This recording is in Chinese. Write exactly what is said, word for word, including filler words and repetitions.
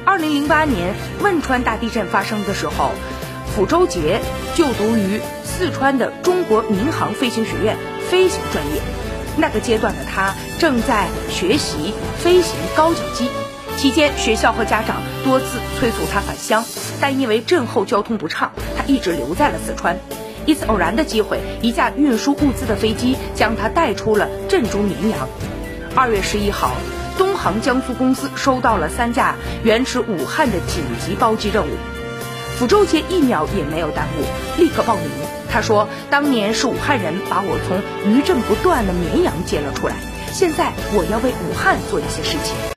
二零零八年汶川大地震发生的时候，傅周杰就读于四川的中国民航飞行学院飞行专业。那个阶段的他正在学习飞行高脚机，期间学校和家长多次催促他返乡，但因为震后交通不畅，他一直留在了四川。一次偶然的机会，一架运输物资的飞机将他带出了震中绵阳。二月十一号，东航江苏公司收到了三架原驰武汉的紧急包机任务。傅周杰一秒也没有耽误，立刻报名。他说，当年是武汉人把我从余震不断的绵阳接了出来，现在我要为武汉做一些事情。